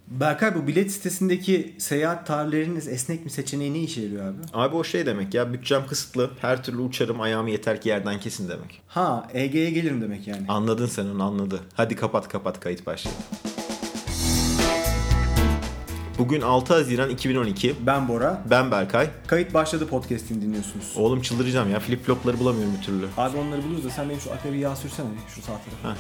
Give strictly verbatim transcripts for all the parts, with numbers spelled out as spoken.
Berkay, bu bilet sitesindeki seyahat tarihleriniz esnek mi seçeneği ne işe yarıyor abi? Abi o şey demek ya, bütçem kısıtlı, her türlü uçarım, ayağımı yeter ki yerden kesin demek. Ha, E G'ye gelirim demek yani. Anladın sen onu, anladı. Hadi kapat kapat, kayıt başladı. Bugün altı Haziran iki bin on iki. Ben Bora. Ben Berkay. Kayıt başladı podcast'ini dinliyorsunuz. Oğlum çıldıracağım ya, flip flopları bulamıyorum bir türlü. Abi onları buluruz da sen benim şu akrebi yağ sürsene şu sağ tarafa.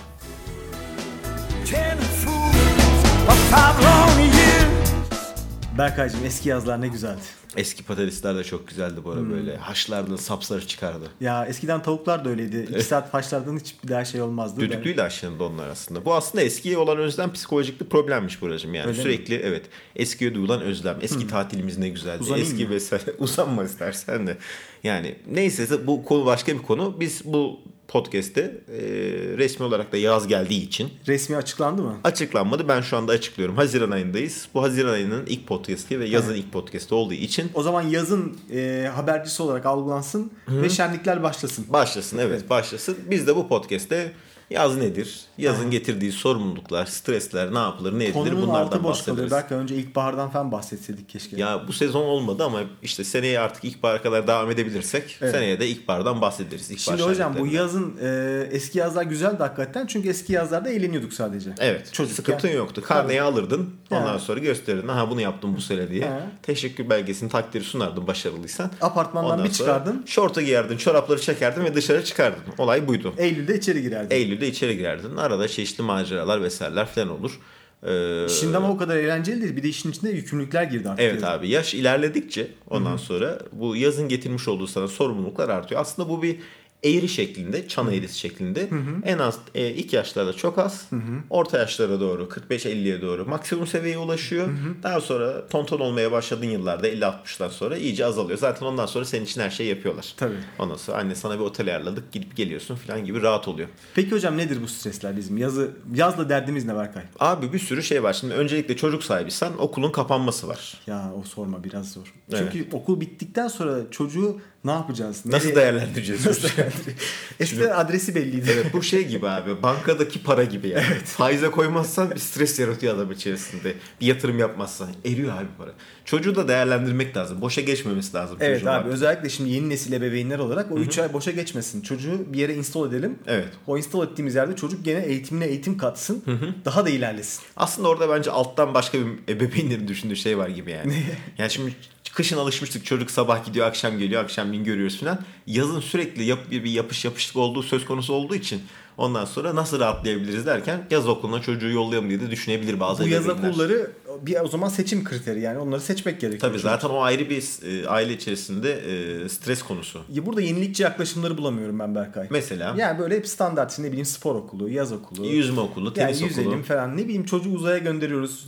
Berkaycığım, eski yazlar ne güzeldi. Eski patatesler de çok güzeldi bu ara, hmm. böyle haşlardı, sapsarı çıkardı. Ya eskiden tavuklar da öyleydi. İki saat haşlardan hiç bir daha şey olmazdı. Düdüklüyle haşlandı onlar aslında. Bu aslında eskiye olan özlem psikolojik bir problemmiş Buracığım yani. Öyle sürekli mi? Evet. Eskiye duyulan özlem. Eski hmm. tatilimiz ne güzeldi. Uzanayım eski mı? Vesaire. Uzanma istersen de. Yani neyse, bu konu başka bir konu. Biz bu podcast'te e, resmi olarak da yaz geldiği için. Resmi açıklandı mı? Açıklanmadı. Ben şu anda açıklıyorum. Haziran ayındayız. Bu Haziran ayının ilk podcast'i ve yazın evet. ilk podcast'i olduğu için. O zaman yazın e, habercisi olarak algılansın Hı-hı. ve şenlikler başlasın. Başlasın evet, evet başlasın. Biz de bu podcast'te yaz nedir? Yazın Hı. getirdiği sorumluluklar, stresler, ne yapılır, ne edilir, konunun bunlardan boş bahsederiz. Belki önce ilkbahardan falan bahsetseydik keşke. Ya bu sezon olmadı ama işte seneye artık ilkbahara kadar devam edebilirsek evet. seneye de ilkbahardan bahsederiz. İlkbahar Şimdi hocam bu yazın e, eski yazlar güzeldi hakikaten. Çünkü eski yazlarda eğleniyorduk sadece. Evet. Çocuk sıkıntın ya. yoktu. Karneyi Tabii. alırdın. Ondan ha. sonra gösterirdin. Ha bunu yaptım bu sene diye. Ha. Teşekkür belgesini, takdiri sunardın başarılıysan. Apartmandan Ondan bir çıkardın. Şortu giyerdin, çorapları çekerdin ve dışarı çıkardın. Olay buydu. Eylül'de içeri girerdin. Eylül'de içeri girerdin. Arada çeşitli maceralar vesaireler falan olur. Ee, Şimdi ama o kadar eğlenceli değil. Bir de işin içinde yükümlülükler girdi artık. Evet yazın. abi, yaş ilerledikçe ondan Hı-hı. sonra bu yazın getirmiş olduğu sana sorumluluklar artıyor. Aslında bu bir eğri şeklinde, çan eğrisi şeklinde. Hı-hı. En az e, ilk yaşlarda çok az, Hı-hı. orta yaşlara doğru kırk beş elliye doğru maksimum seviyeye ulaşıyor. Hı-hı. Daha sonra tonton olmaya başladığın yıllarda elli altmıştan sonra iyice azalıyor. Zaten ondan sonra senin için her şeyi yapıyorlar. Tabii. Ondan sonra anne sana bir otel ayarladık, gidip geliyorsun falan gibi rahat oluyor. Peki hocam, nedir bu stresler bizim? Yazı, yazla derdimiz ne Berkay? Abi bir sürü şey var. Şimdi öncelikle çocuk sahibiysen okulun kapanması var. Ya o sorma, biraz zor. Evet. Çünkü okul bittikten sonra çocuğu ne yapacağız? Nasıl Nereye... değerlendireceğiz? Nasıl Eskiden adresi belliydi. Evet, bu şey gibi abi. Bankadaki para gibi yani. Evet. Faize koymazsan bir stres yaratıyor adam içerisinde. Bir yatırım yapmazsan. Eriyor abi para. Çocuğu da değerlendirmek lazım. Boşa geçmemesi lazım. Evet abi. Artık. Özellikle şimdi yeni nesil ebeveynler olarak o üç ay boşa geçmesin. Çocuğu bir yere install edelim. Evet. O install ettiğimiz yerde çocuk gene eğitimine eğitim katsın. Hı-hı. Daha da ilerlesin. Aslında orada bence alttan başka bir ebeveynlerin düşündüğü şey var gibi yani. Yani şimdi kışın alışmıştık, çocuk sabah gidiyor akşam geliyor, akşamleyin görüyoruz falan. Yazın sürekli yap, bir yapış yapışlık olduğu söz konusu olduğu için ondan sonra nasıl rahatlayabiliriz derken yaz okuluna çocuğu yollayalım diye de düşünebilir bazı Bu ebeveynler. yaz okulları bir o zaman seçim kriteri, yani onları seçmek gerekiyor. Tabii çünkü. Zaten o ayrı bir e, aile içerisinde e, stres konusu. Ya burada yenilikçi yaklaşımları bulamıyorum ben Berkay. Mesela? Yani böyle hep standart, ne bileyim, spor okulu, yaz okulu. Yüzme okulu, tenis yani okulu. yüzelim falan, ne bileyim, çocuğu uzaya gönderiyoruz.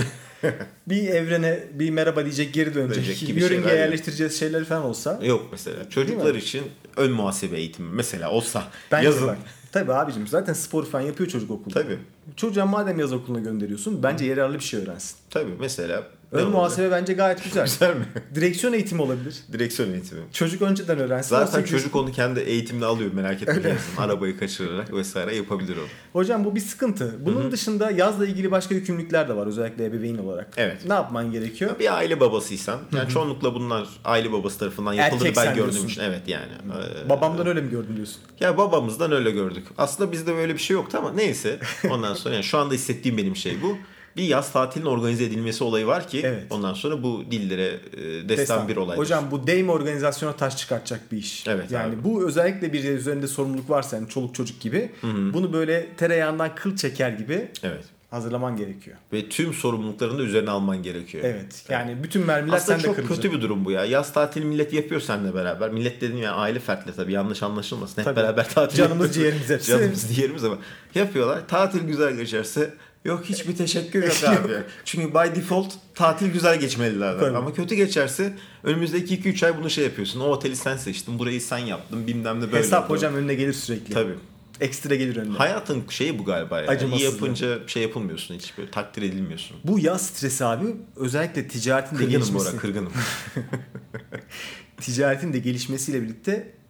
Bir evrene bir merhaba diyecek, geri dönecek. Yörüngeye yerleştireceğiz şeyleri falan olsa. Yok mesela. Çocuklar için ön muhasebe eğitimi mesela olsa. Bence yazın. Bak, tabii abicim, zaten spor falan yapıyor çocuk okulda. Tabii. Çocuğa madem yaz okuluna gönderiyorsun, bence yararlı bir şey öğrensin. Tabii mesela. Ön muhasebe bence gayet güzel. Güzel mi? Direksiyon eğitimi olabilir. Direksiyon eğitimi. Çocuk önceden öğrensin. Zaten çocuk onu kendi eğitimine alıyor, merak etmeyin. Arabayı kaçırarak vesaire yapabilir onu. Hocam bu bir sıkıntı. Bunun Hı-hı. dışında yazla ilgili başka yükümlülükler de var, özellikle ebeveyn olarak. Evet. Ne yapman gerekiyor? Bir aile babasıysan, yani Hı-hı. çoğunlukla bunlar aile babası tarafından yapıldığını ben gördüğüm için. Evet yani. Ee, Babamdan öyle mi gördün diyorsun? Ya babamızdan öyle gördük. Aslında bizde böyle bir şey yoktu ama neyse. Ondan sonra yani şu anda hissettiğim benim şey bu. Bir yaz tatilinin organize edilmesi olayı var ki evet. ondan sonra bu dillere e, destan, destan bir olaydır. Hocam bu deyim organizasyona taş çıkartacak bir iş. Evet yani abi. Bu özellikle bir üzerinde sorumluluk varsa, yani çoluk çocuk gibi, Hı-hı. bunu böyle tereyağından kıl çeker gibi evet. hazırlaman gerekiyor. Ve tüm sorumluluklarını da üzerine alman gerekiyor. Evet. Yani evet. bütün mermiler aslında sende kırmızı. Aslında çok kötü bir durum bu ya. Yaz tatili millet yapıyor seninle beraber. Millet dediğim yani aile fertle tabii, yanlış anlaşılmasın. Hep tabii. beraber tatil Canımız ciğerimiz hepsi. Canımız ciğerimiz ama yapıyorlar. Tatil güzel geçerse yok hiçbir teşekkür yok abi. Çünkü by default tatil güzel geçmeliler. Tabii. Ama kötü geçerse önümüzdeki iki üç ay bunu şey yapıyorsun. O oteli sen seçtin, burayı sen yaptın, bilmem ne böyle. Hesap oldu. Hocam önüne gelir sürekli. Tabii. Ekstra gelir önüne. Hayatın şeyi bu galiba ya. İyi yapınca şey yapılmıyorsun hiç, böyle takdir edilmiyorsun. Bu yaz stresi abi özellikle ticaretin de gelişmesi. Kırgınım bu ara, kırgınım. Ticaretin de gelişmesiyle birlikte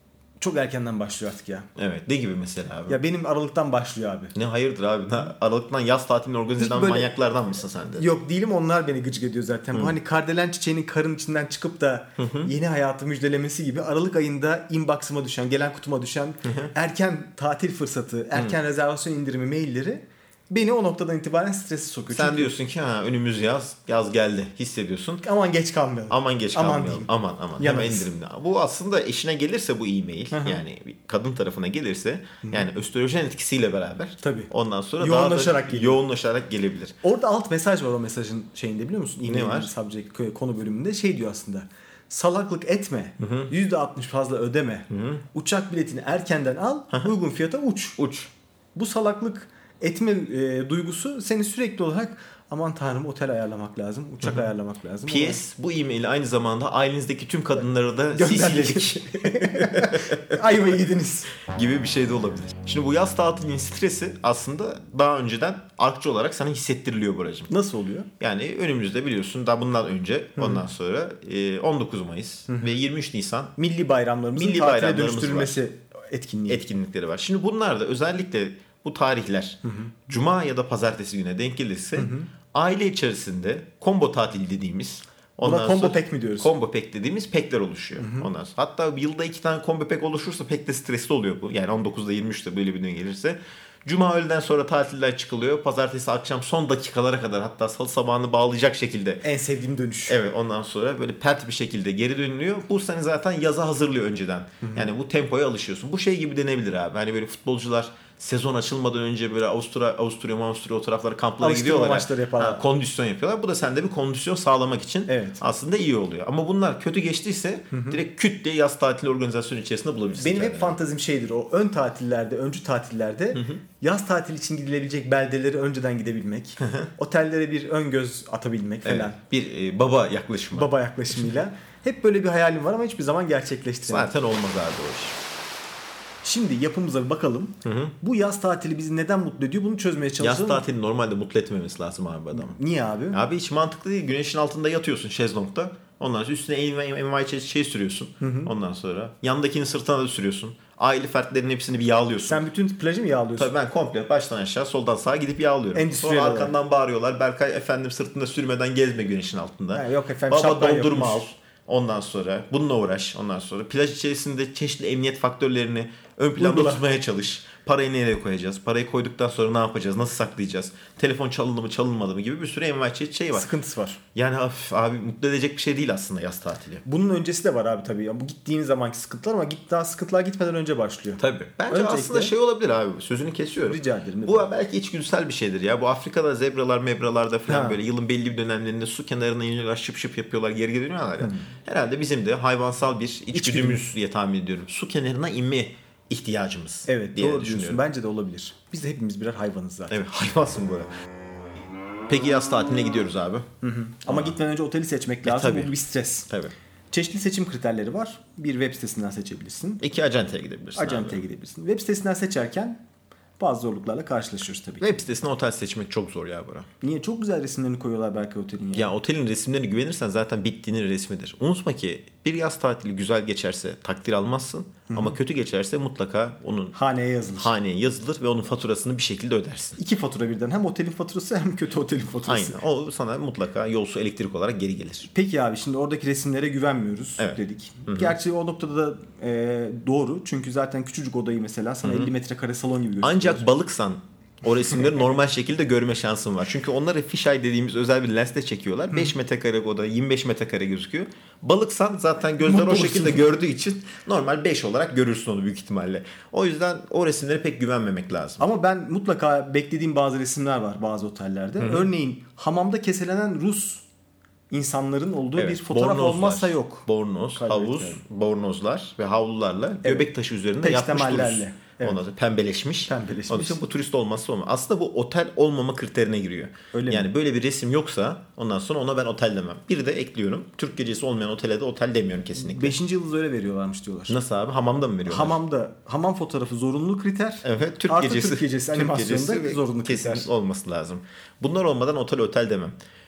çok erkenden başlıyor artık ya. Evet. Ne gibi mesela abi? Ya benim Aralık'tan başlıyor abi. Ne hayırdır abi? Aralık'tan yaz tatilini organize eden böyle... manyaklardan mısın sen de? Yok değilim, onlar beni gıcık ediyor zaten. Hı. Bu hani kardelen çiçeğinin karın içinden çıkıp da hı hı. yeni hayatı müjdelemesi gibi Aralık ayında inbox'ıma düşen, gelen kutuma düşen hı hı. erken tatil fırsatı, erken hı. rezervasyon indirimi mailleri beni o noktadan itibaren stresi sokuyor. Sen Çünkü diyorsun ki ha önümüz yaz, yaz geldi hissediyorsun. Aman geç kalmayalım. Aman geç aman kalmayalım. Diyeyim. Aman aman. Yanarız. Hemen indirimli. Bu aslında eşine gelirse bu e-mail, hı hı. yani kadın tarafına gelirse, hı hı. yani östrojen etkisiyle beraber. Tabii. Ondan sonra yoğunlaşarak daha da geliyor. yoğunlaşarak gelebilir. Orada alt mesaj var o mesajın şeyinde, biliyor musun? Ne var? Subject konu bölümünde şey diyor aslında. Salaklık etme. Hı hı. yüzde altmış fazla ödeme. Hı hı. Uçak biletini erkenden al. Hı hı. Uygun fiyata uç. Uç. Bu salaklık etme e, duygusu seni sürekli olarak aman tanrım otel ayarlamak lazım, uçak Hı-hı. ayarlamak lazım. P S bu e-maili aynı zamanda ailenizdeki tüm kadınları da sisledik. Ayvayı yediniz. Gibi bir şey de olabilir. Şimdi bu yaz tatilinin stresi aslında daha önceden artçı olarak sana hissettiriliyor Buracığım. Nasıl oluyor? Yani önümüzde biliyorsun daha bundan önce Hı-hı. ondan sonra on dokuz Mayıs Hı-hı. ve yirmi üç Nisan milli bayramlarımızın milli tatile dönüştürülmesi etkinliği. etkinlikleri var. Şimdi bunlar da özellikle bu tarihler hı hı. Cuma ya da pazartesi güne denk gelirse hı hı. aile içerisinde combo tatil dediğimiz, buna combo pack mi diyoruz? Combo pack dediğimiz packler oluşuyor. Hı hı. Ondan sonra hatta yılda iki tane combo pack oluşursa pek de stresli oluyor bu. Yani on dokuzda yirmi üçte böyle bir gün gelirse. Cuma öğleden sonra tatiller çıkılıyor. Pazartesi akşam son dakikalara kadar, hatta salı sabahını bağlayacak şekilde. En sevdiğim dönüş. Evet, ondan sonra böyle pert bir şekilde geri dönülüyor. Bu seni zaten yaza hazırlıyor önceden. Hı hı. Yani bu tempoya alışıyorsun. Bu şey gibi denebilir abi. Hani böyle futbolcular sezon açılmadan önce böyle Avusturya, Avusturya, Avusturya o taraflara kamplara gidiyorlar. Maçları yaparlar. Ha, kondisyon yapıyorlar. Bu da sende bir kondisyon sağlamak için evet. aslında iyi oluyor. Ama bunlar kötü geçtiyse hı hı. direkt küt diye yaz tatili organizasyonu içerisinde bulabilirsin. Benim kendine. hep fantazim şeydir o. Ön tatillerde, öncü tatillerde hı hı. yaz tatili için gidilebilecek beldeleri önceden gidebilmek. Otellere bir ön göz atabilmek falan. Evet, bir e, baba yaklaşımı. Baba yaklaşımıyla. Hep böyle bir hayalim var ama hiçbir zaman gerçekleştiremedim. Zaten olmaz abi o iş. Şimdi yapımıza bir bakalım. Hı hı. Bu yaz tatili bizi neden mutlu ediyor? Bunu çözmeye çalışalım. Yaz tatili normalde mutlu etmemesi lazım abi adamı. Niye abi? Abi hiç mantıklı değil. Güneşin altında yatıyorsun şezlongda. Ondan sonra üstüne envai şey sürüyorsun. Hı hı. Ondan sonra yandakini sırtına da sürüyorsun. Aile fertlerinin hepsini bir yağlıyorsun. Sen bütün plajı mı yağlıyorsun? Tabii ben komple baştan aşağı soldan sağa gidip yağlıyorum. Endüstriyel sonra arkandan olarak bağırıyorlar. Berkay efendim sırtında sürmeden gezme güneşin altında. Ha, yok efendim. Baba dondurma al. Ondan sonra bununla uğraş. Ondan sonra plaj içerisinde çeşitli emniyet faktörlerini ön planda tutmaya çalış. Parayı nereye koyacağız? Parayı koyduktan sonra ne yapacağız? Nasıl saklayacağız? Telefon çalındı mı çalınmadı mı gibi bir sürü envai şey var. Sıkıntısı var. Yani af, abi mutlu edecek bir şey değil aslında yaz tatili. Bunun öncesi de var abi tabii. Bu gittiğin zamanki sıkıntılar ama git daha sıkıntılar gitmeden önce başlıyor. Tabii. Bence Öncelikle, aslında şey olabilir abi. Sözünü kesiyorum. Rica ederim. Bu belki içgüdüsel bir şeydir ya. Bu Afrika'da zebralar mebralarda falan ha. böyle yılın belli bir dönemlerinde su kenarına iniyorlar, şıp şıp yapıyorlar, geri geri dönüyorlar ya. Hmm. Herhalde bizim de hayvansal bir içgüdümüz İçgüdüm. diye tahmin ediyorum. Su kenarına inme ihtiyacımız. Evet, doğru diyorsun. Bence de olabilir. Biz de hepimiz birer hayvanız zaten. Evet, hayvansın böyle. Peki yaz tatiline gidiyoruz abi. Hı hı. Ama Aa. gitmeden önce oteli seçmek lazım. E, tabii. Bu bir stres. Tabii. Çeşitli seçim kriterleri var. Bir web sitesinden seçebilirsin. İki acenteye gidebilirsin. Acenteye abi. gidebilirsin. Web sitesinden seçerken bazı zorluklarla karşılaşıyoruz tabii ki. Web sitesine otel seçmek çok zor ya bura. Niye? Çok güzel resimlerini koyuyorlar belki otelin. Ya. ya otelin resimlerine güvenirsen zaten bittiğinin resmidir. Unutma ki bir yaz tatili güzel geçerse takdir almazsın. Hı-hı. Ama kötü geçerse mutlaka onun haneye yazılır. Haneye yazılır ve onun faturasını bir şekilde ödersin. İki fatura birden. Hem otelin faturası hem kötü otelin faturası. Aynen. O sana mutlaka yol su elektrik olarak geri gelir. Peki abi şimdi oradaki resimlere güvenmiyoruz evet. dedik. Hı-hı. Gerçi o noktada da e, doğru. Çünkü zaten küçücük odayı mesela sana Hı-hı. elli metrekare salon gibi gösteriyor. Ancak balıksan o resimleri normal şekilde görme şansın var. Çünkü onları fisheye dediğimiz özel bir lensle çekiyorlar. beş metrekare oda yirmi beş metrekare gözüküyor. Balıksan zaten gözler Mutlu o şekilde olsun. Gördüğü için normal beş olarak görürsün onu büyük ihtimalle. O yüzden o resimlere pek güvenmemek lazım. Ama ben mutlaka beklediğim bazı resimler var bazı otellerde. Hı-hı. Örneğin hamamda keselenen Rus insanların olduğu evet, bir fotoğraf bornozlar, olmazsa yok. Bornoz, havuz, bornozlar ve havlularla evet. göbek taşı üzerinde yapmış dururuz. Evet. Ondan sonra pembeleşmiş. Pembeleşmiş. Ondan sonra bu turist olmazsa olmaz. Aslında bu otel olmama kriterine giriyor. Öyle yani mi? Böyle bir resim yoksa ondan sonra ona ben otel demem. Bir de ekliyorum. Türk gecesi olmayan otele de otel demiyorum kesinlikle. Beşinci yıldız öyle veriyorlarmış diyorlar. Nasıl abi? Hamamda mı veriyorlar? Hamamda. Hamam fotoğrafı zorunlu kriter. Evet. Türk Artı gecesi. Türk gecesi Türk animasyonda gecesi zorunlu kriter. Kesin olması lazım. Bunlar olmadan otel otel demem.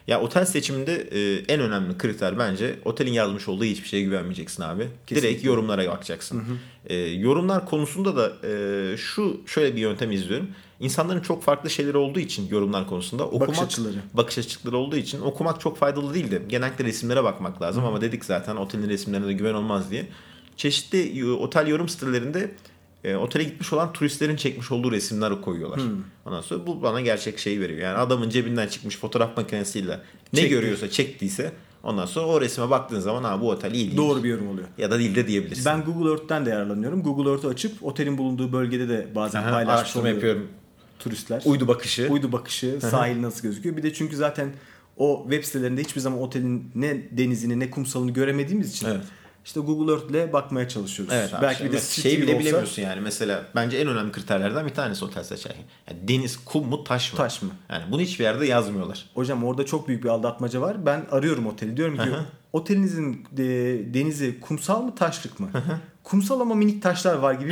Ya otel seçiminde e, en önemli kriter bence otelin yazmış olduğu hiçbir şeye güvenmeyeceksin abi. Kesinlikle. Direkt yorumlara bakacaksın. Hı hı. E, yorumlar konusunda da e, şu şöyle bir yöntem izliyorum. İnsanların çok farklı şeyleri olduğu için yorumlar konusunda okumak, bakış açıları. bakış açıları olduğu için okumak çok faydalı değildi. Genellikle resimlere bakmak lazım hı. ama dedik zaten otelin resimlerine de güven olmaz diye. Çeşitli otel yorum sitelerinde E, otele gitmiş olan turistlerin çekmiş olduğu resimler koyuyorlar. Hmm. Ondan sonra bu bana gerçek şeyi veriyor. Yani adamın cebinden çıkmış fotoğraf makinesiyle ne Çekti. görüyorsa çektiyse ondan sonra o resme baktığın zaman ha bu otel iyi değil. Doğru bir yorum oluyor. Ya da değil de diyebilirsin. Ben Google Earth'ten de yararlanıyorum. Google Earth'ü açıp otelin bulunduğu bölgede de bazen Aha, paylaşmış araştırma yapıyorum. Turistler. Uydu bakışı. Uydu bakışı, sahil nasıl gözüküyor. Bir de çünkü zaten o web sitelerinde hiçbir zaman otelin ne denizini ne kumsalını göremediğimiz için evet. İşte Google Earth ile bakmaya çalışıyoruz. Evet abi. Belki bir de şey bile olsa... bilemiyorsun yani. Mesela bence en önemli kriterlerden bir tanesi otel seçerken. Yani deniz, kum mu, taş mı? Taş mı? Yani bunu hiçbir yerde yazmıyorlar. Hocam orada çok büyük bir aldatmaca var. Ben arıyorum oteli. Diyorum ki Aha. otelinizin de, denizi kumsal mı, taşlık mı? Aha. Kumsal ama minik taşlar var gibi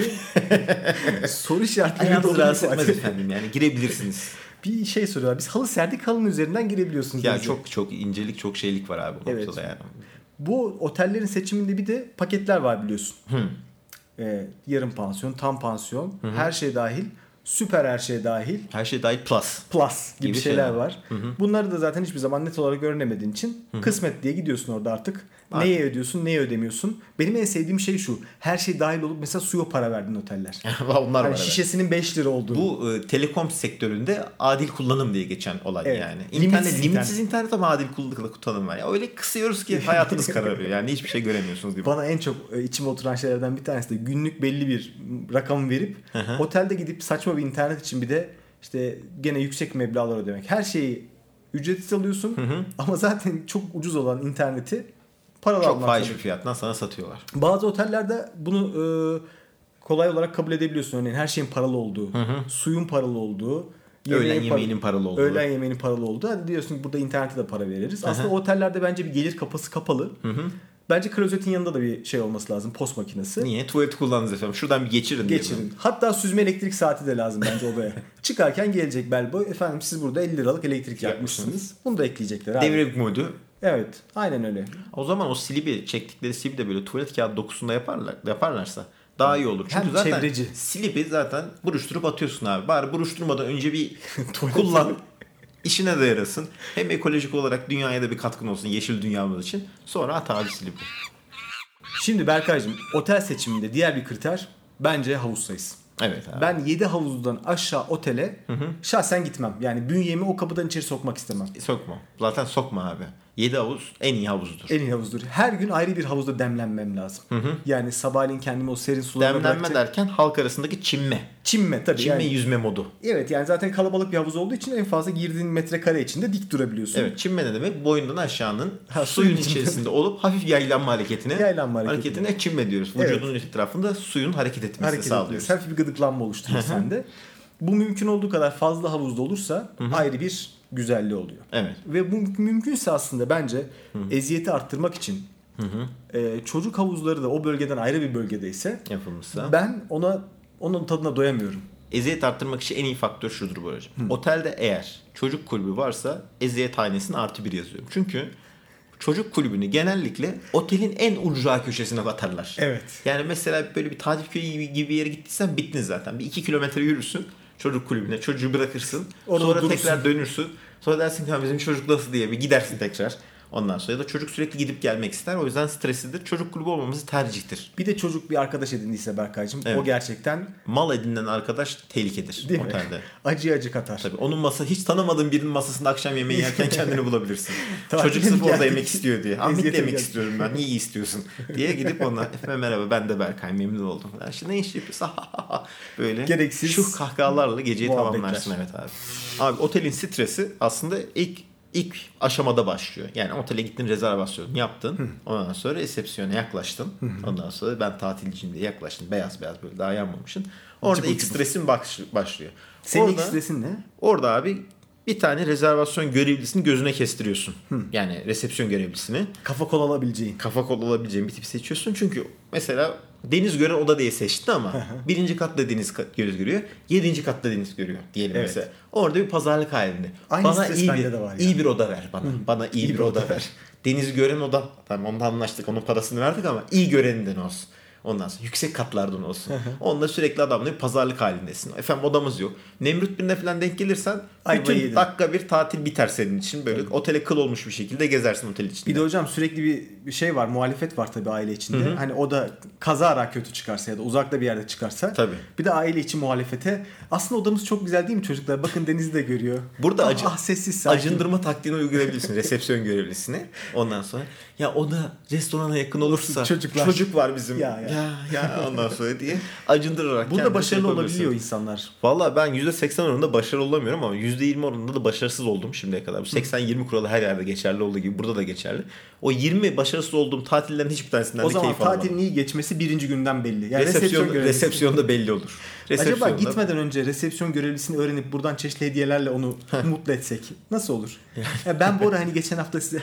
soru işaretleri Ayağınız rahatsız etmez efendim. Yani girebilirsiniz. Bir şey soruyorlar. Biz halı serdik, halının üzerinden girebiliyorsunuz. Ya denize. çok çok incelik, çok şeylik var abi bu evet. noktada yani. Bu otellerin seçiminde bir de paketler var biliyorsun. Hı. Ee, yarım pansiyon, tam pansiyon, Hı-hı. her şey dahil, süper her şey dahil. Her şey dahil plus. Plus gibi, gibi şeyler, şeyler var. Hı-hı. Bunları da zaten hiçbir zaman net olarak öğrenemediğin için Hı-hı. kısmet diye gidiyorsun orada artık. Artık. Neye ödüyorsun, neye ödemiyorsun. Benim en sevdiğim şey şu. Her şey dahil olup mesela suya para verdin oteller. Onlar yani var. Şişesinin evet. beş lira olduğu. Bu e, telekom sektöründe adil kullanım diye geçen olay evet. yani. İnternet, limitsiz, limitsiz internet. internet ama adil kullanım var. Ya öyle kısıyoruz ki hayatınız kararıyor. Yani hiçbir şey göremiyorsunuz gibi. Bana en çok içime oturan şeylerden bir tanesi de günlük belli bir rakam verip Hı-hı. otelde gidip saçma bir internet için bir de işte gene yüksek meblağlar ödemek. Her şeyi ücretsiz alıyorsun Hı-hı. ama zaten çok ucuz olan interneti paralı çok fahiş bir fiyattan sana satıyorlar. Bazı otellerde bunu e, kolay olarak kabul edebiliyorsun. Örneğin her şeyin paralı olduğu, hı hı. suyun paralı olduğu, öğlen yemeğinin paralı olduğu. Öğlen yemeğinin paralı olduğu. Hadi diyorsun ki burada internete de para veririz. Hı hı. Aslında otellerde bence bir gelir kapısı kapalı. Hı hı. Bence klozetin yanında da bir şey olması lazım. Post makinesi. Niye? Tuvaleti kullandınız efendim. Şuradan bir geçirin. Geçirin. Hatta süzme elektrik saati de lazım bence odaya. Çıkarken gelecek bellboy. Efendim siz burada elli liralık elektrik yakmışsınız. Bunu da ekleyecekler. Devre modu. Evet. Aynen öyle. O zaman o silibi, çektikleri silibi de böyle tuvalet kağıdı dokusunda yaparlar, yaparlarsa daha iyi olur. Çünkü hem zaten çevreci. Silibi zaten buruşturup atıyorsun abi. Bari buruşturmadan önce bir kullan. İşine de yarasın. Hem ekolojik olarak dünyaya da bir katkın olsun yeşil dünyamız için. Sonra at abi silibi. Şimdi Berkaycığım otel seçiminde diğer bir kriter bence havuz sayısı. Evet abi. Ben yedi havuzdan aşağı otele hı hı. şahsen gitmem. Yani bünyemi o kapıdan içeri sokmak istemem. Sokma. Zaten sokma abi. yedi havuz en iyi havuzdur. En iyi havuzdur. Her gün ayrı bir havuzda demlenmem lazım. Hı hı. Yani sabahleyin kendimi o serin sularına demlenme bırakacak. derken halk arasındaki çimme. Çimme tabii. Çimme yani, yüzme modu. Evet yani zaten kalabalık bir havuz olduğu için en fazla girdiğin metrekare içinde dik durabiliyorsun. Evet çimme ne demek? Boyundan aşağının ha, suyun içerisinde olup hafif yaylanma hareketine. Yaylanma hareketine. Hareketine çimme diyoruz. Vücudun evet. etrafında suyun hareket etmesini hareket sağlıyoruz. Hafif bir gıdıklanma oluşturuyor sende. Bu mümkün olduğu kadar fazla havuzda olursa Hı-hı. ayrı bir güzelliği oluyor. Evet. Ve bu mümkünse aslında bence Hı-hı. eziyeti arttırmak için e, çocuk havuzları da o bölgeden ayrı bir bölgedeyse yapılmışsa ben ona onun tadına doyamıyorum. Eziyet arttırmak için en iyi faktör şudur bu hocam. Hı. Otelde eğer çocuk kulübü varsa eziyet hanesine artı bir yazıyorum. Çünkü çocuk kulübünü genellikle otelin en ucra köşesine atarlar. Evet. Yani mesela böyle bir tatil köyü gibi, gibi bir yere gittiysen bittin zaten. Bir iki kilometre yürürsün çocuk kulübüne. Çocuğu bırakırsın. Orada sonra durursun. Tekrar dönürsün. Sonra dersin ki bizim çocuk nasıl diye bir gidersin tekrar. Ondan sonra ya da çocuk sürekli gidip gelmek ister. O yüzden streslidir. Çocuk kulübü olmamızı tercihtir. Bir de çocuk bir arkadaş edindiyse Berkaycığım evet. o gerçekten... Mal edinilen arkadaş tehlikedir değil otelde. Mi? Acı acı katar. Tabii onun masa hiç tanımadığın birinin masasında akşam yemeği yerken kendini bulabilirsin. Çocuk sırf orada yemek istiyor diye. Ahmet de yemek istiyorum ben. Niye istiyorsun? diye gidip ona efendim merhaba ben de Berkay memnun oldum. Ya işte ne iş yapıyorsun? Böyle gereksiz şu kahkahalarla geceyi tamamlarsın evet abi. Abi otelin stresi aslında ilk İlk aşamada başlıyor. Yani otele gittin, rezervasyon yaptın. Hı. Ondan sonra resepsiyona yaklaştın. Hı. Ondan sonra ben tatilciyim diye yaklaştın. Beyaz beyaz böyle daha yanmamışsın. Orada cıbıl ilk cıbıl. Stresin başlıyor. Senin orada, ilk stresin ne? Orada abi bir tane rezervasyon görevlisini gözüne kestiriyorsun. Hı. Yani resepsiyon görevlisini. Kafa kol alabileceğin. Kafa kol alabileceğin bir tipi seçiyorsun. Çünkü mesela deniz gören oda diye seçti ama birinci katta deniz göz görüyor. Yedinci katta deniz görüyor diyelim evet. mesela. Orada bir pazarlık halinde. Aynı bana iyi bir, de var iyi bir oda ver bana. Bana iyi, iyi bir oda ver. ver. Deniz gören oda. Tamam ondan anlaştık. Onun parasını verdik ama iyi göreninden olsun. Ondan sonra yüksek katlardan olsun. Onunla sürekli adamla bir pazarlık halindesin. Efendim odamız yok. Nemrut birine falan denk gelirsen Ay, bütün yedin. dakika bir tatil biter senin için. Böyle evet. otele kıl olmuş bir şekilde gezersin otel içinde. Bir de hocam sürekli bir, bir şey var. Muhalefet var tabii aile içinde. Hı-hı. Hani o da kazara kötü çıkarsa ya da uzakta bir yerde çıkarsa. Tabii. Bir de aile içi muhalefete. Aslında odamız çok güzel değil mi çocuklar? Bakın denizi de görüyor. Burada acı, ah, sessiz sakin. Acındırma taktiğini uygulayabilirsin. Resepsiyon görevlisine. Ondan sonra ya oda restorana yakın olursa Çocuklar. çocuk var bizim. Ya ya. ya, ya ondan sonra diye acındırarak. Burada başarılı olabiliyor insanlar. Valla ben yüzde seksen oranında başarılı olamıyorum ama yüzde yirmi oranında da başarısız oldum şimdiye kadar. Bu seksen yirmi kuralı her yerde geçerli olduğu gibi burada da geçerli. O yirmi başarısız olduğum tatillerin hiçbir tanesinden de keyif alamadım. O zaman tatilin iyi geçmesi birinci günden belli. Yani resepsiyon, resepsiyonda belli olur. Acaba gitmeden önce resepsiyon görevlisini öğrenip buradan çeşitli hediyelerle onu mutlu etsek nasıl olur? Yani ben bu ara hani geçen hafta size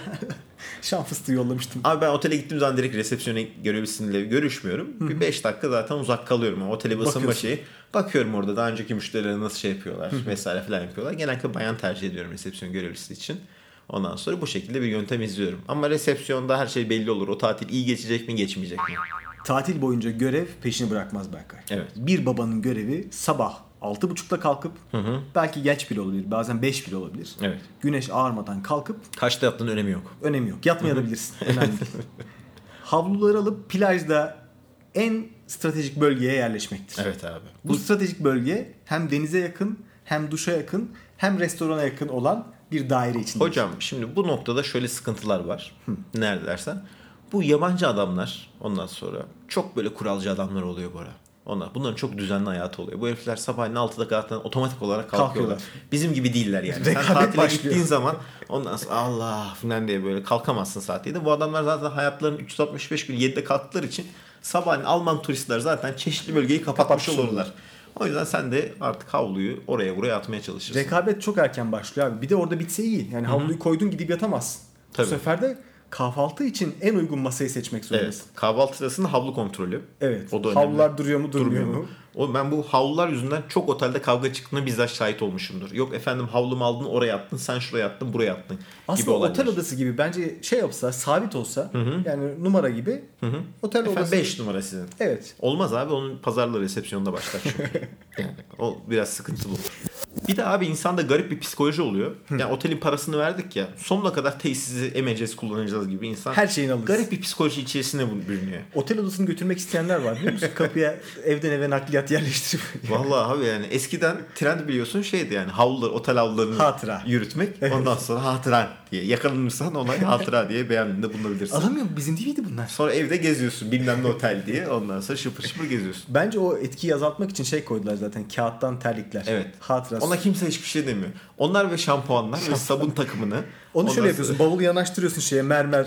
şan fıstığı yollamıştım. Abi ben otele gittiğim zaman direkt resepsiyon görevlisiyle görüşmüyorum. Hı-hı. Bir beş dakika zaten uzak kalıyorum. Yani otele bir ısınma şeyi. Bakıyorum orada daha önceki müşterilere nasıl şey yapıyorlar Hı-hı. vesaire falan yapıyorlar. Genellikle bayan tercih ediyorum resepsiyon görevlisi için. Ondan sonra bu şekilde bir yöntem izliyorum. Ama resepsiyonda her şey belli olur. O tatil iyi geçecek mi geçmeyecek mi? Tatil boyunca görev peşini bırakmaz Berkay. Evet. Bir babanın görevi sabah altı buçukta kalkıp hı hı. belki geç bile olabilir. Bazen beş bile olabilir. Evet. Güneş ağarmadan kalkıp kaçta yattığının önemi yok. Önemi yok. Yatmayabilirsin. Önemli değil. Havluları alıp plajda en stratejik bölgeye yerleşmektir. Evet abi. Bu, Bu stratejik bölge hem denize yakın, hem duşa yakın, hem restorana yakın olan bir daire içinde. Hocam şimdi bu noktada şöyle sıkıntılar var. Hı. Nerede dersen. Bu yabancı adamlar ondan sonra çok böyle kuralcı adamlar oluyor bu ara. Onlar, bunların çok düzenli hayatı oluyor. Bu herifler sabahleyin altıda zaten otomatik olarak kalkıyorlar. kalkıyorlar. Bizim gibi değiller yani. Sen tatile başlıyor. Gittiğin zaman ondan sonra Allah falan diye böyle kalkamazsın saat yedide. Bu adamlar zaten hayatlarının üç yüz altmış beş gün yedide kalktıkları için sabahleyin Alman turistler zaten çeşitli bölgeyi kapatmış olurlar. O yüzden sen de artık havluyu oraya buraya atmaya çalışırsın. Rekabet çok erken başlıyor abi. Bir de orada bitse iyi. Yani havluyu Hı-hı. koydun gidip yatamazsın. Tabii. Bu sefer de kahvaltı için en uygun masayı seçmek zorundasın. Evet. Kahvaltı sırasında havlu kontrolü. Evet. O da havlular duruyor mu durmuyor, durmuyor mu? mu? O, ben bu havlular yüzünden çok otelde kavga çıktığına bizzat şahit olmuşumdur. Yok efendim havlumu aldın oraya attın, sen şuraya attın, buraya attın aslında gibi olaylar. Otel odası gibi bence şey yapsa, sabit olsa Hı-hı. yani numara gibi Hı-hı. otel efendim odası. beş numara sizin. Evet. Olmaz abi onun pazarlığı resepsiyonda başlar çünkü. Yani o biraz sıkıntılı olur. Bir de abi insanda garip bir psikoloji oluyor. Yani otelin parasını verdik ya. Sonuna kadar tesisi emeceğiz, kullanacağız gibi insan. Her şeyini alırız. Garip bir psikoloji içerisinde bürünüyor. Otel odasını götürmek isteyenler var biliyor musun? Kapıya evden eve nakliyat yerleştirip. Vallahi abi yani eskiden trend biliyorsun şeydi yani havlular, otel havlularını hatıra. yürütmek. Evet. Ondan sonra hatıra diye. Yakalanırsan olay hatıra diye beyanında bulunabilirsin. Alamıyor mu? Bizim değil miydi bunlar? Sonra evde geziyorsun bilmem ne otel diye. Ondan sonra şıpır şıpır geziyorsun. Bence o etkiyi azaltmak için şey koydular zaten. Kağıttan terlikler. Evet. Hatırası. Ona kimse hiçbir şey demiyor. Onlar ve şampuanlar ve sabun takımını. Onu şöyle yapıyorsun. Bavulu yanaştırıyorsun şeye mermer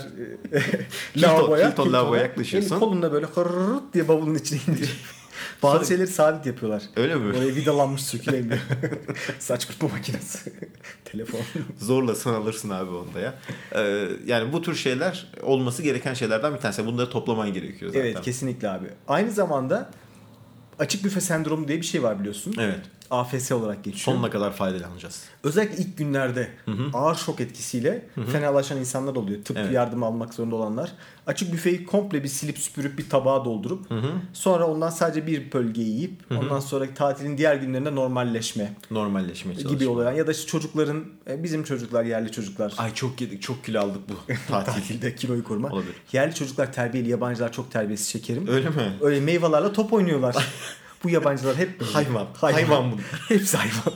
lavaboya. Hilton lavaboya yaklaşıyorsun. Elin kolunla böyle hırrrt diye bavulun içine indiriyor. Bazı şeyleri sabit yapıyorlar. Öyle mi? Oraya vidalanmış sökülemiyor. Saç kurutma makinesi. Telefon. Zorla sen alırsın abi onda ya. Ee, yani bu tür şeyler olması gereken şeylerden bir tanesi. Bunları toplaman gerekiyor zaten. Evet kesinlikle abi. Aynı zamanda açık büfe sendromu diye bir şey var biliyorsun. Evet. A F S olarak geçiyor. Sonuna kadar faydalanacağız. Özellikle ilk günlerde hı hı. ağır şok etkisiyle hı hı. fenalaşan insanlar oluyor. Tıp evet. yardımı almak zorunda olanlar. Açık büfeyi komple bir silip süpürüp bir tabağa doldurup hı hı. sonra ondan sadece bir bölgeyi yiyip hı hı. ondan sonra tatilin diğer günlerinde normalleşme. Normalleşme gibi oluyor. Ya da işte çocukların bizim çocuklar yerli çocuklar. Ay çok yedik çok kilo aldık bu tatil. tatilde kiloyu koruma. Olabilir. Yerli çocuklar terbiyeli, yabancılar çok terbiyesiz şekerim. Öyle mi? Öyle meyvelerle top oynuyorlar. Bu yabancılar hep hayvan. Hayvan, hayvan bunlar. Hepsi hayvan.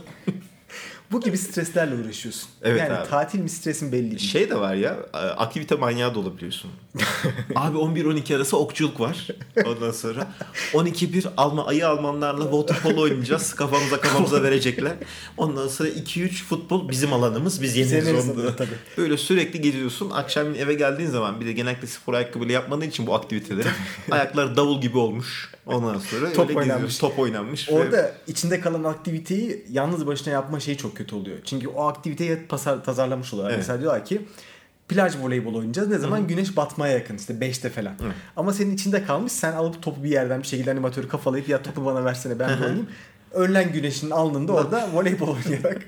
Bu gibi streslerle uğraşıyorsun. Evet yani abi. Tatil mi stresin belli değil. Şey de var ya aktivite manyağı da olabiliyorsun. Abi on bir on iki arası okçuluk var. Ondan sonra on iki bir Alman, ayı Almanlarla waterpolo oynayacağız. Kafamıza kafamıza verecekler. Ondan sonra iki üç futbol bizim alanımız. Biz yeniriz onu. Böyle sürekli geziyorsun. Akşam eve geldiğin zaman bir de genellikle spor ayakkabıyla yapmadığın için bu aktiviteleri ayaklar davul gibi olmuş. Ondan sonra top oynanmış. Top oynanmış. Orada ve... içinde kalan aktiviteyi yalnız başına yapma şeyi çok kötü oluyor. Çünkü o aktiviteyi tasar, tasarlamış oluyorlar. Evet. Mesela diyorlar ki plaj voleybol oynayacağız. Ne zaman? Hı-hı. Güneş batmaya yakın, işte beşte falan. Hı. Ama senin içinde kalmış, sen alıp topu bir yerden bir şekilde animatörü kafalayıp ya topu bana versene ben de oynayayım. Öğlen güneşinin alnında orada voleybol oynayarak.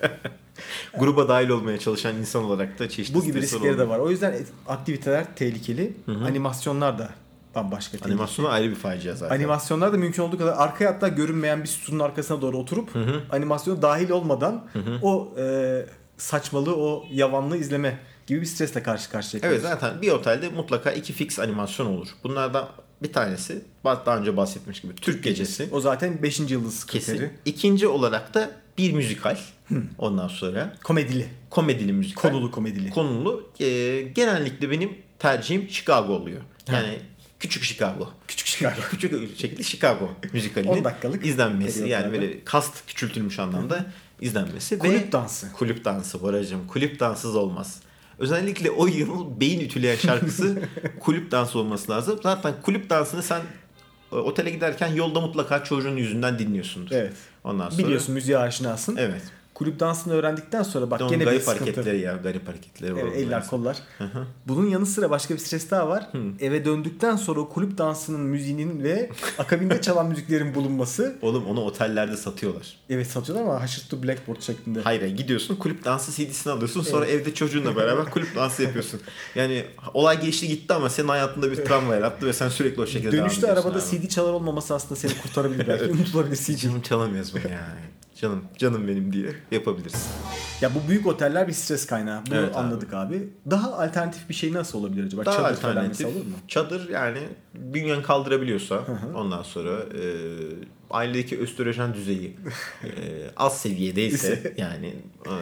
Gruba dahil olmaya çalışan insan olarak da çeşitli bu gibi riskleri de var. O yüzden aktiviteler tehlikeli. Hı-hı. Animasyonlar da bambaşka tehlikeli. Animasyonlar ayrı bir facia zaten. Animasyonlar da mümkün olduğu kadar arkaya, hatta görünmeyen bir sütunun arkasına doğru oturup Hı-hı. animasyona dahil olmadan Hı-hı. o e, saçmalığı, o yavanlığı izleme gibi bir stresle karşı karşıya kalıyoruz. Evet, zaten bir otelde mutlaka iki fix animasyon olur. Bunlardan bir tanesi daha önce bahsetmiş gibi Türk Gecesi. O zaten beşinci yıldız kriteri. İkinci olarak da bir müzikal. Hı. Ondan sonra komedili. Komedili müzikal. Konulu komedili. Konulu. E, genellikle benim tercihim Chicago oluyor. Yani ha. Küçük Chicago. Küçük Chicago. Küçük şekilde Chicago müzikalinin on dakikalık izlenmesi. Yani böyle kast küçültülmüş anlamda Hı. izlenmesi. Kulüp ve dansı. Kulüp dansı Boracığım. Kulüp danssız olmaz. Özellikle o yıl beyin ütüleyen şarkısı kulüp dansı olması lazım. Zaten kulüp dansını sen otele giderken yolda mutlaka çocuğun yüzünden dinliyorsundur. Evet. Ondan sonra biliyorsun, müziğe aşinasın. Evet. Kulüp dansını öğrendikten sonra bak gene garip bir sıkıntı. hareketleri ya, garip hareketleri var. Evet, eller mesela. kollar. Hı-hı. Bunun yanı sıra başka bir stres daha var. Hı. Eve döndükten sonra o kulüp dansının müziğinin ve akabinde çalan müziklerin bulunması. Oğlum onu otellerde satıyorlar. Evet, satıyorlar ama haşır to blackboard şeklinde. Hayır, gidiyorsun kulüp dansı C D'sini alıyorsun, sonra evet. evde çocuğunla beraber kulüp dansı yapıyorsun. Yani olay geçti gitti ama senin hayatında bir travma yarattı ve sen sürekli o şekilde devam ediyorsun. Dönüşte arabada abi. C D çalar olmaması aslında seni kurtarabilir belki. Unutulabilir C D. Canım çalamıyoruz bunu yani. Canım, canım benim diye yapabilirsin. Ya bu büyük oteller bir stres kaynağı. Bunu evet, anladık abi. abi. Daha alternatif bir şey nasıl olabilir acaba? Daha Çadır alternatif. Olur mu? Çadır yani bünyen kaldırabiliyorsa Hı-hı. ondan sonra e, ailedeki östrojen düzeyi e, az seviyedeyse yani e,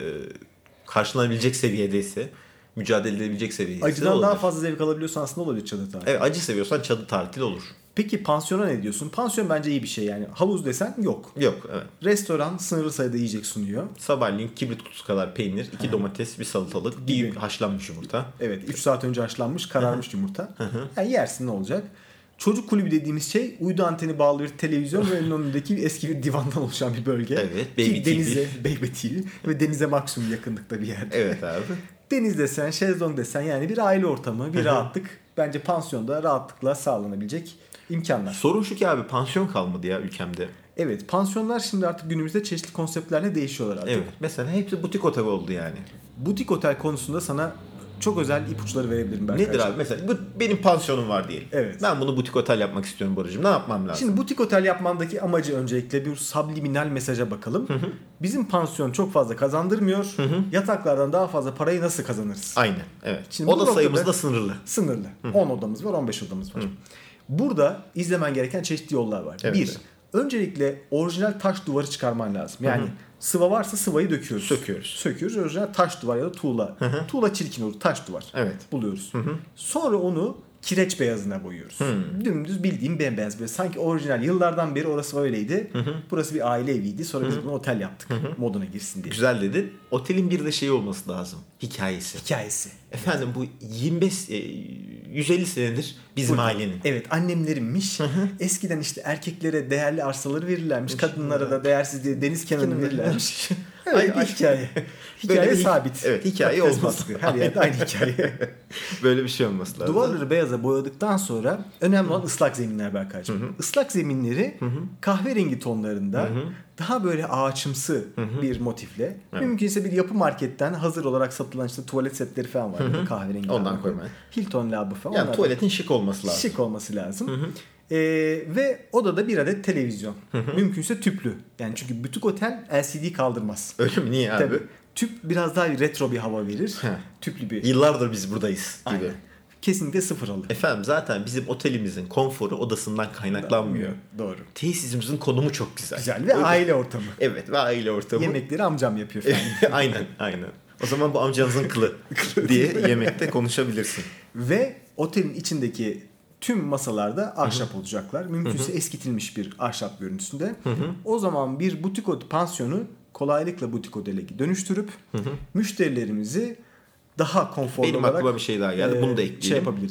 karşılanabilecek seviyedeyse, mücadele edebilecek seviyedeyse acıdan olabilir. daha fazla zevk alabiliyorsan aslında olabilir çadır tatili. Evet, acı seviyorsan çadır tatili olur. Peki pansiyona ne diyorsun? Pansiyon bence iyi bir şey yani. Havuz desen yok. Yok, evet. Restoran sınırlı sayıda yiyecek sunuyor. Sabahleyin kibrit kutusu kadar peynir, iki domates, bir salatalık, bir haşlanmış yumurta. Evet, üç saat önce haşlanmış, kararmış yumurta. Yani yersin, ne olacak? Çocuk kulübü dediğimiz şey uydu anteni bağlı bir televizyon ve önündeki eski bir divandan oluşan bir bölge. Evet, Baby Ki denize, Baby T V ve denize maksimum yakınlıkta bir yer. Evet abi. Deniz desen, şezlong desen, yani bir aile ortamı, bir rahatlık. Bence pansiyonda rahatlıkla sağlanabilecek imkanlar. Sorun şu ki abi, pansiyon kalmadı ya ülkemde. Evet, pansiyonlar şimdi artık günümüzde çeşitli konseptlerle değişiyorlar artık. Evet, mesela hepsi butik otel oldu yani. Butik otel konusunda sana çok özel ipuçları verebilirim ben. Nedir kardeşim. abi? Mesela bu benim pansiyonum var diyelim. Evet. Ben bunu butik otel yapmak istiyorum Boracığım. Ne yapmam lazım? Şimdi butik otel yapmandaki amacı öncelikle bir subliminal mesaja bakalım. Hı hı. Bizim pansiyon çok fazla kazandırmıyor. Hı hı. Yataklardan daha fazla parayı nasıl kazanırız? Aynen. Evet. Şimdi oda sayımız da sınırlı. Sınırlı. Hı hı. on odamız var, on beş odamız var. Hı. Burada izlemen gereken çeşitli yollar var. Evet. Bir, öncelikle orijinal taş duvarı çıkarman lazım. Yani hı hı. sıva varsa sıvayı döküyoruz. Söküyoruz. Söküyoruz. Orijinal taş duvar ya da tuğla. Hı hı. Tuğla çirkin olur. Taş duvar. Evet. Buluyoruz. Hı hı. Sonra onu kireç beyazına boyuyoruz. Hmm. Dümdüz bildiğim bembeyaz böyle. Sanki orijinal yıllardan beri orası öyleydi. Hı hı. Burası bir aile eviydi. Sonra hı hı. biz bunu otel yaptık. Hı hı. Moduna girsin diye. Güzel dedin. Otelin bir de şeyi olması lazım. Hikayesi. Hikayesi. Efendim bu yirmi beş yüz elli senedir bizim Burada. ailenin. Evet, annemlerimmiş. Hı hı. Eskiden işte erkeklere değerli arsaları verirlermiş. Kadınlara da değersiz diye deniz kenarını verirlermiş. Evet, ay, bir ay, hikaye. Hikaye bir, sabit. Evet, hikaye olmaz. Her yerde aynı hikaye. Böyle bir şey olması lazım. Duvarları beyaza boyadıktan sonra önemli olan ıslak zeminler Berkaycığım. Islak zeminleri hı hı. kahverengi tonlarında hı hı. daha böyle ağaçımsı hı hı. bir motifle. Evet. Mümkünse bir yapı marketten hazır olarak satılan işte tuvalet setleri falan var. Hı hı. Kahverengi. Ondan koymaya. Hilton labı falan. Yani tuvaletin şık olması lazım. Şık olması lazım. Hı hı. Ee, ve odada bir adet televizyon. Hı hı. Mümkünse tüplü. Yani çünkü butik otel L C D kaldırmaz. Öyle mi? Niye abi? Tabii. Tüp biraz daha retro bir hava verir. Heh. Tüplü bir. Yıllardır biz buradayız gibi. Aynen. Kesinlikle sıfır alır. Efendim zaten bizim otelimizin konforu odasından kaynaklanmıyor. Doğru. Tesisimizin konumu çok güzel. Güzel ve aile ortamı. Evet, ve aile ortamı. Yemekleri amcam yapıyor falan. Aynen, aynen. O zaman bu amcanızın kılı diye yemekte konuşabilirsin. Ve otelin içindeki tüm masalarda ahşap Hı-hı. olacaklar. Mümkünse Hı-hı. eskitilmiş bir ahşap görüntüsünde. Hı-hı. O zaman bir butik otel pansiyonu kolaylıkla butik otele dönüştürüp Hı-hı. müşterilerimizi daha konforlu Benim olarak aklıma bir şey daha geldi. Bunu da ekleyelim. Şey yapabiliriz.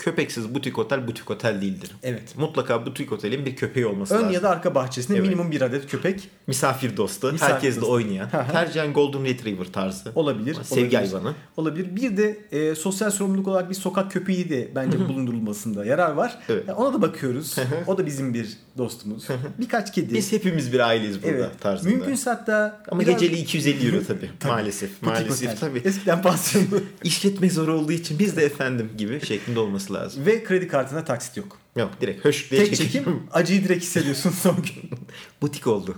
köpeksiz butik otel butik otel değildir. Evet. Mutlaka butik otelin bir köpeği olması Ön lazım. ya da arka bahçesinde evet. minimum bir adet köpek. Misafir dostu. Misafir herkesle dostu. oynayan. Tercihen Golden Retriever tarzı. Olabilir. Sevgi olabilir. hayvanı. Olabilir. Bir de e, sosyal sorumluluk olarak bir sokak köpeği de bence bulundurulmasında yarar var. Evet. Yani ona da bakıyoruz. O da bizim bir dostumuz. Birkaç kedi. Biz hepimiz bir aileyiz burada evet. tarzında. Mümkünse hatta ama biraz... geceli iki yüz elli euro tabii. maalesef. Maalesef tabii. Eskiden pansiyonlu. İşletme zor olduğu için biz de efendim gibi şeklinde olması lazım. Ve kredi kartına taksit yok. Yok direkt höş diye tek çekim. Acıyı direkt hissediyorsun son gün. Butik oldu.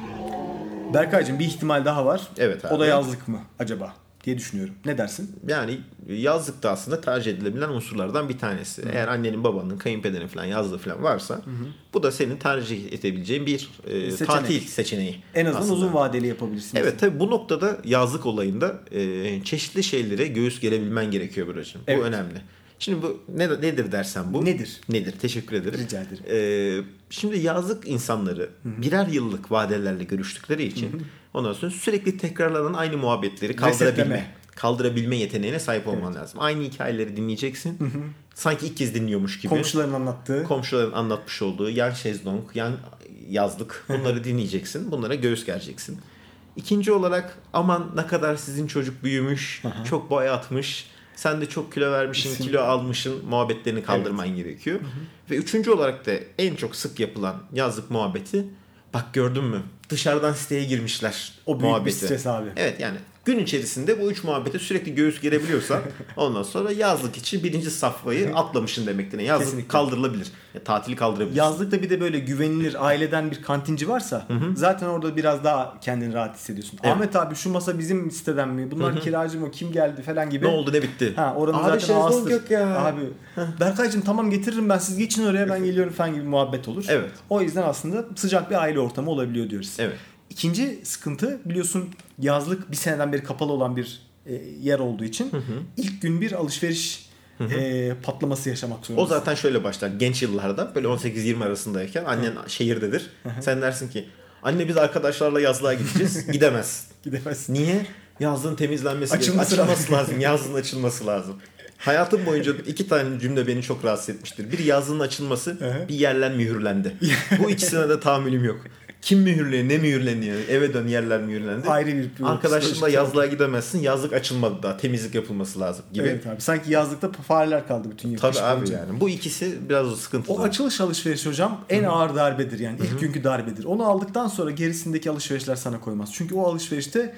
Berkaycığım bir ihtimal daha var. Evet abi. O da yazlık mı acaba diye düşünüyorum. Ne dersin? Yani yazlık da aslında tercih edilebilen unsurlardan bir tanesi. Hı-hı. Eğer annenin, babanın, kayınpederin falan yazlığı falan varsa Hı-hı. bu da senin tercih edebileceğin bir e, Seçenek. tatil seçeneği. En azından aslında. uzun vadeli yapabilirsin. Evet tabii bu noktada yazlık olayında e, çeşitli şeylere göğüs gerebilmen gerekiyor Buracığım. Evet. Bu önemli. Şimdi bu ne, nedir dersen bu? Nedir? Nedir? Teşekkür ederim. Rica ederim. Ee, şimdi yazlık insanları Hı-hı. birer yıllık vadelerle görüştükleri için Hı-hı. ondan sonra sürekli tekrarlanan aynı muhabbetleri kaldırabilme, Resetleme. kaldırabilme yeteneğine sahip olman evet. lazım. Aynı hikayeleri dinleyeceksin. Hı-hı. Sanki ilk kez dinliyormuş gibi. Komşuların anlattığı. Komşuların anlatmış olduğu yan şezlong, yan yazlık bunları dinleyeceksin. Bunlara göğüs gereceksin. İkinci olarak aman ne kadar sizin çocuk büyümüş, Hı-hı. çok boy atmış. Sen de çok kilo vermişsin, Kesinlikle. kilo almışsın muhabbetlerini kaldırman evet. gerekiyor. Hı hı. Ve üçüncü olarak da en çok sık yapılan yazlık muhabbeti bak gördün mü dışarıdan siteye girmişler. O büyük muhabbeti. Bir stres abi. Evet yani gün içerisinde bu üç muhabbete sürekli göğüs gerebiliyorsan ondan sonra yazlık için birinci safhayı atlamışsın demektir. Yani yazlık Kesinlikle. kaldırılabilir. Ya, tatili kaldırabilir. Yazlıkta bir de böyle güvenilir aileden bir kantinci varsa hı hı. zaten orada biraz daha kendini rahat hissediyorsun. Evet. Ahmet abi şu masa bizim siteden mi? Bunlar hı hı. kiracı mı? Kim geldi falan gibi. Ne oldu ne bitti? Ha, oranın abi zaten ağızdır. Yok ya. Abi Berkaycığım tamam getiririm ben siz geçin oraya ben geliyorum falan gibi muhabbet olur. Evet. O yüzden aslında sıcak bir aile ortamı olabiliyor diyoruz. Evet. İkinci sıkıntı biliyorsun yazlık bir seneden beri kapalı olan bir e, yer olduğu için hı hı. ilk gün bir alışveriş hı hı. E, patlaması yaşamak zorundasın. O zaten şöyle başlar genç yıllarda böyle on sekiz yirmi arasındayken annen hı. şehirdedir. Hı hı. Sen dersin ki anne biz arkadaşlarla yazlığa gideceğiz. Gidemez. Gidemez. Niye? Yazlığın temizlenmesi açılması, açılması lazım. Yazlığın açılması lazım. Hayatım boyunca iki tane cümle beni çok rahatsız etmiştir. Bir yazlığın açılması, hı-hı. bir yerler mühürlendi. Bu ikisine de tahammülüm yok. Kim mühürleniyor, ne mühürleniyor? Eve dön yerler mühürlendi. Ayrı bir arkadaşlarla yazlığa gidemezsin. Yazlık açılmadı daha. Temizlik yapılması lazım gibi. Evet abi. Sanki yazlıkta fareler kaldı bütün yıl. Tabii abi boyunca. Yani. Bu ikisi biraz sıkıntılı. O açılış alışverişi hocam en Hı-hı. ağır darbedir yani. İlk Hı-hı. günkü darbedir. Onu aldıktan sonra gerisindeki alışverişler sana koymaz. Çünkü o alışverişte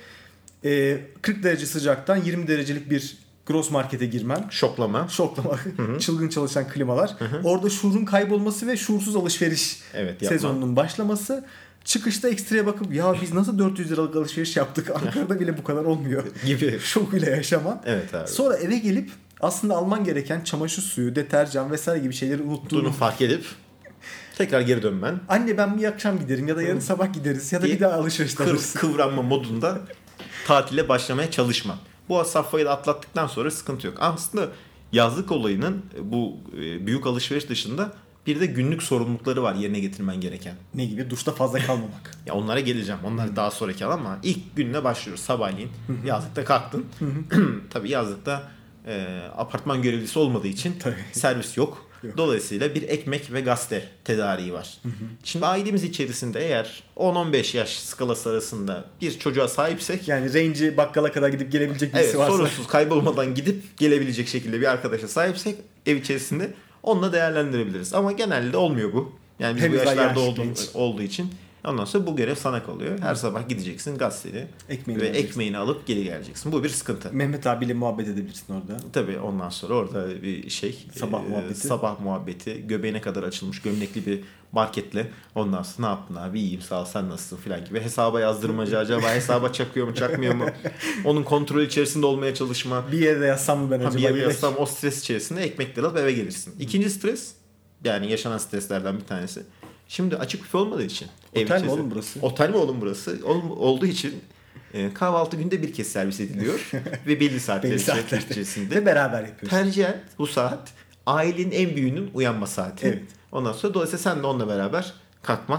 e, kırk derece sıcaktan yirmi derecelik bir gross markete girmen. Şoklama. Şoklama. Hı-hı. Çılgın çalışan klimalar. Hı-hı. Orada şuurun kaybolması ve şuursuz alışveriş evet, sezonunun başlaması. Çıkışta ekstraya bakıp ya biz nasıl dört yüz liralık alışveriş yaptık Ankara'da bile bu kadar olmuyor gibi şokuyla yaşaman. Evet abi. Sonra eve gelip aslında alman gereken çamaşır suyu, deterjan vesaire gibi şeyleri unuttuğunu fark edip tekrar geri dönmen. Anne ben bir akşam giderim ya da yarın sabah gideriz ya da bir daha alışveriş yaparız. Kıvranma modunda tatile başlamaya çalışma. Bu safhayı da atlattıktan sonra sıkıntı yok. Aslında yazlık olayının bu büyük alışveriş dışında bir de günlük sorumlulukları var yerine getirmen gereken. Ne gibi? Duşta fazla kalmamak. Ya onlara geleceğim. Onlar Hı-hı. daha sonraki ama ilk gününe başlıyoruz sabahleyin. Hı-hı. Yazlıkta kalktın. Tabii yazlıkta e, apartman görevlisi olmadığı için Tabii. servis yok. yok. Dolayısıyla bir ekmek ve gazete tedariği var. Hı-hı. Şimdi ailemiz içerisinde eğer on on beş yaş skalası arasında bir çocuğa sahipsek. Yani range'i bakkala kadar gidip gelebilecek birisi evet, varsa. Sorunsuz kaybolmadan gidip gelebilecek şekilde bir arkadaşa sahipsek ev içerisinde onunla değerlendirebiliriz. Ama genelde olmuyor bu. Yani biz Hepimiz bu yaşlarda olduğu, olduğu için ondan sonra bu görev sana kalıyor. Her sabah gideceksin gazeteni ekmeğini ve vereceksin. Ekmeğini alıp geri geleceksin. Bu bir sıkıntı. Mehmet abiyle muhabbet edebilirsin orada. Tabii ondan sonra orada bir şey. Sabah e, muhabbeti. Sabah muhabbeti. Göbeğine kadar açılmış gömlekli bir marketle. Ondan sonra ne yaptın abi? İyiyim sağ ol sen nasılsın filan gibi. Hesaba yazdırmaca acaba hesaba çakıyor mu çakmıyor mu? Onun kontrol içerisinde olmaya çalışma. Bir yere yazsam mı ben acaba? Ha, bir yere yazsam o stres içerisinde ekmekleri alıp eve gelirsin. İkinci stres yani yaşanan streslerden bir tanesi. Şimdi açık büfe olmadığı için. Otel mi oğlum burası? Otel mi oğlum burası? Ol, olduğu için e, kahvaltı günde bir kez servis ediliyor. ve belli saatler içerisinde. Ve beraber yapıyoruz. Tercihen bu saat ailenin en büyüğünün uyanma saati. Evet. Ondan sonra dolayısıyla sen de onunla beraber kalkmak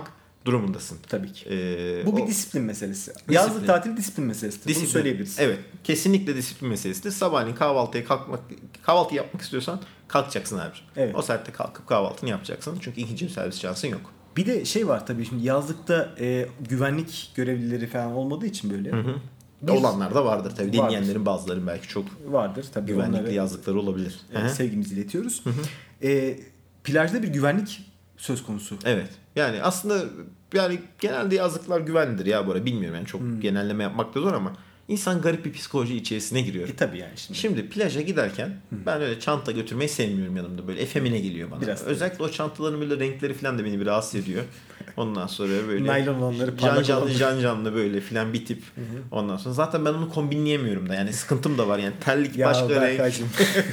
durumundasın. Tabii ki. Ee, Bu bir o, disiplin meselesi. Disiplin. Yazlık tatil disiplin meselesi. Disiplin. Bunu söyleyebiliriz. Evet. Kesinlikle disiplin meselesi. Sabahleyin kahvaltıya kalkmak, kahvaltı yapmak istiyorsan kalkacaksın abi. Evet. O saatte kalkıp kahvaltını yapacaksın. Çünkü ikinci servis şansın yok. Bir de şey var tabii şimdi yazlıkta e, güvenlik görevlileri falan olmadığı için böyle. Hı hı. Bir- Olanlar da vardır tabii. Vardır. Dinleyenlerin bazıları belki çok Vardır tabii. güvenlikli onları, yazlıkları olabilir. e, Hı hı. sevgimizi iletiyoruz. E, plajda bir güvenlik söz konusu. Evet. Yani aslında yani genelde yazlıklar güvenlidir ya bu arada. Bilmiyorum yani çok Hmm. genelleme yapmak da zor ama insan garip bir psikoloji içerisine giriyor. E tabii yani şimdi. Şimdi plaja giderken ben öyle çanta götürmeyi sevmiyorum yanımda. Böyle efemine geliyor bana. Biraz Özellikle o çantaların böyle renkleri falan da beni bir rahatsız ediyor. Ondan sonra böyle Naylon olanları, can parlak canlı olanları. can canlı böyle filan bir tip. Ondan sonra zaten ben onu kombinleyemiyorum da. Yani sıkıntım da var yani. Terlik Ya başka renk. Berkaycığım.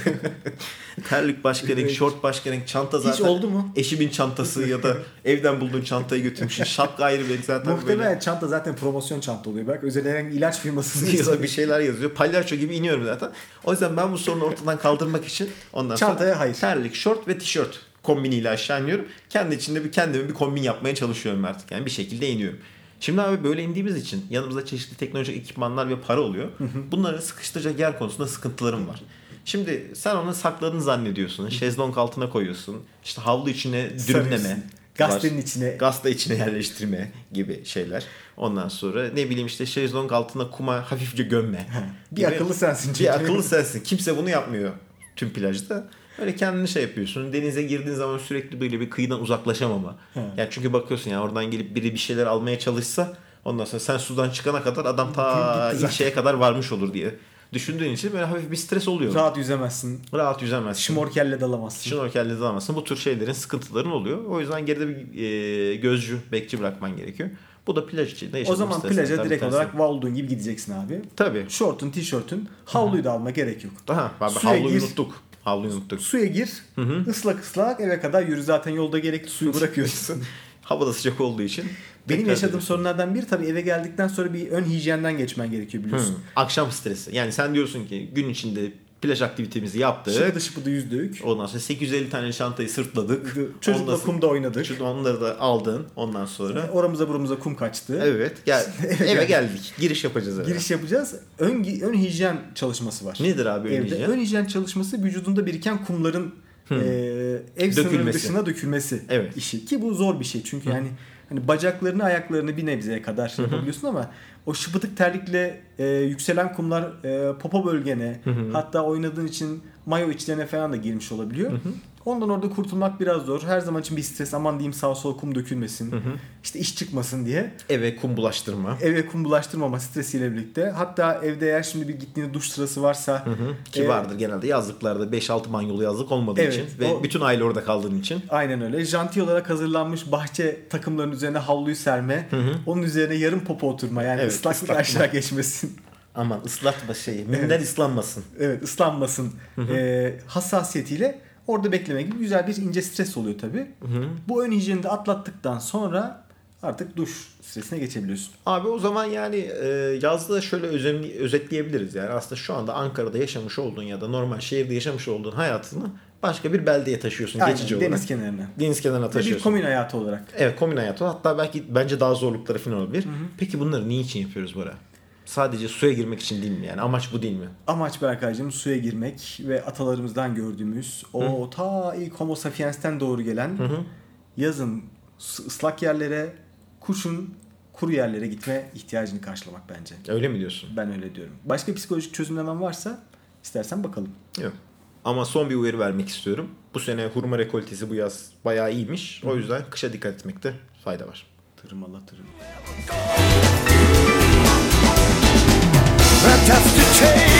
Terlik başka renk, şort başka renk, çanta zaten. Hiç oldu mu? Eşimin çantası ya da evden bulduğun çantayı götürmüşsün. Şapka ayrı renk zaten Muhtemelen böyle. çanta zaten promosyon çanta oluyor. Belki özel herhangi ilaç firması Ya da bir şeyler yazıyor. Palyaço gibi iniyorum zaten. O yüzden ben bu sorunu ortadan kaldırmak için ondan sonra Çantaya hayır. terlik, şort ve tişört kombiniyle aşağı iniyorum. Kendi içinde bir kendime bir kombin yapmaya çalışıyorum artık. Yani bir şekilde iniyorum. Şimdi abi böyle indiğimiz için yanımızda çeşitli teknolojik ekipmanlar ve para oluyor. Bunları sıkıştıracak yer konusunda sıkıntılarım var. Şimdi sen onu sakladığını zannediyorsun. Şezlong altına koyuyorsun. İşte havlu içine dürümleme. Sarıyorsun. Gazetenin var. içine. Gazete içine yerleştirme gibi şeyler. Ondan sonra ne bileyim işte şezlong altına kuma hafifçe gömme. Bir gibi. akıllı sensin çünkü. Bir akıllı sensin. Kimse bunu yapmıyor tüm plajda. Öyle kendini şey yapıyorsun. Denize girdiğin zaman sürekli böyle bir kıyıdan uzaklaşamama. Yani çünkü bakıyorsun ya oradan gelip biri bir şeyler almaya çalışsa ondan sonra sen sudan çıkana kadar adam ta Bitti zaten. ilçeye kadar varmış olur diye düşündüğün için böyle hafif bir stres oluyor. Rahat, Rahat yüzemezsin. Rahat yüzemezsin. Şmorkelle dalamazsın. Şnorkelle dalamazsın. Bu tür şeylerin sıkıntıların oluyor. O yüzden geride bir e, gözcü, bekçi bırakman gerekiyor. Bu da plaj için de O yaşadığımız zaman streslerden plaja bir direkt tanesi. olarak olduğun gibi gideceksin abi. Tabii. Şortun, tişörtün, havluyu da alma gerek yok. Aha, abi, Suya havluyu gir. unuttuk. Havluyu unuttuk. Suya gir, ıslak ıslak eve kadar yürü. Zaten yolda gerekli suyu bırakıyorsun. Hava da sıcak olduğu için. Benim tekrar yaşadığım dönüyorsun. sorunlardan biri tabii eve geldikten sonra bir ön hijyenden geçmen gerekiyor biliyorsun. Hı. Akşam stresi. Yani sen diyorsun ki gün içinde plaj aktivitemizi yaptık. Şıpıdı şıpıdı yüzdük. Ondan sonra sekiz yüz elli tane çantayı sırtladık. Çocukla Ondan sonra- kumda oynadık. Çünkü onları da aldın ondan sonra. Oramıza burumuza kum kaçtı. Evet. Gel, eve geldik. Giriş yapacağız eve. Giriş yapacağız. Ön, ön hijyen çalışması var. Nedir abi ön Evde hijyen? ön hijyen çalışması vücudunda biriken kumların e, ev sınırı Dökülmesi. dışına dökülmesi Evet. işi. Ki bu zor bir şey. Çünkü yani hani bacaklarını ayaklarını bir nebzeye kadar şey yapabiliyorsun ama o şıpıtık terlikle e, yükselen kumlar e, popo bölgene hatta oynadığın için mayo içlerine falan da girmiş olabiliyor. Ondan orada kurtulmak biraz zor. Her zaman için bir stres. Aman diyeyim sağ sol kum dökülmesin. İşte iş çıkmasın diye. Eve kum bulaştırma. Eve kum bulaştırmama stresiyle birlikte. Hatta evde eğer şimdi bir gittiğinde duş sırası varsa. Ki e, vardır genelde yazlıklarda beş altı banyolu yazlık olmadığı Evet, için ve o- bütün aile orada kaldığın için. Aynen öyle. Janti olarak hazırlanmış bahçe takımlarının üzerine havluyu serme. Onun üzerine yarım popo oturma. Yani Evet, ıslaklık ıslatma. aşağı geçmesin. Aman ıslatma şeyi. Minder ıslanmasın. Evet, ıslanmasın e, hassasiyetiyle orada bekleme gibi güzel bir ince stres oluyor tabii. Bu ön hijyeni de atlattıktan sonra artık duş stresine geçebiliyorsun. Abi o zaman yani e, yazda şöyle özenli, özetleyebiliriz. Yani aslında şu anda Ankara'da yaşamış olduğun ya da normal şehirde yaşamış olduğun hayatını başka bir beldeye taşıyorsun Aynen, geçici deniz olarak. kenarına. Deniz kenarına Ve bir taşıyorsun. komün hayatı olarak. Evet komün hayatı. Hatta belki bence daha zorlukları falan olabilir. Peki bunları niçin yapıyoruz Bora? Sadece suya girmek için değil mi yani? Amaç bu değil mi? Amaç Berkaycığım suya girmek ve atalarımızdan gördüğümüz o ta ilk Homo sapiens'ten doğru gelen yazın ıs- ıslak yerlere, kuşun kuru yerlere gitme ihtiyacını karşılamak bence. Öyle mi diyorsun? Ben öyle diyorum. Başka psikolojik çözümlemem varsa istersen bakalım. Yok. Ama son bir uyarı vermek istiyorum. Bu sene hurma rekoltesi bu yaz bayağı iyiymiş. O yüzden kışa dikkat etmekte fayda var. Tırmala tırmala. That has to change.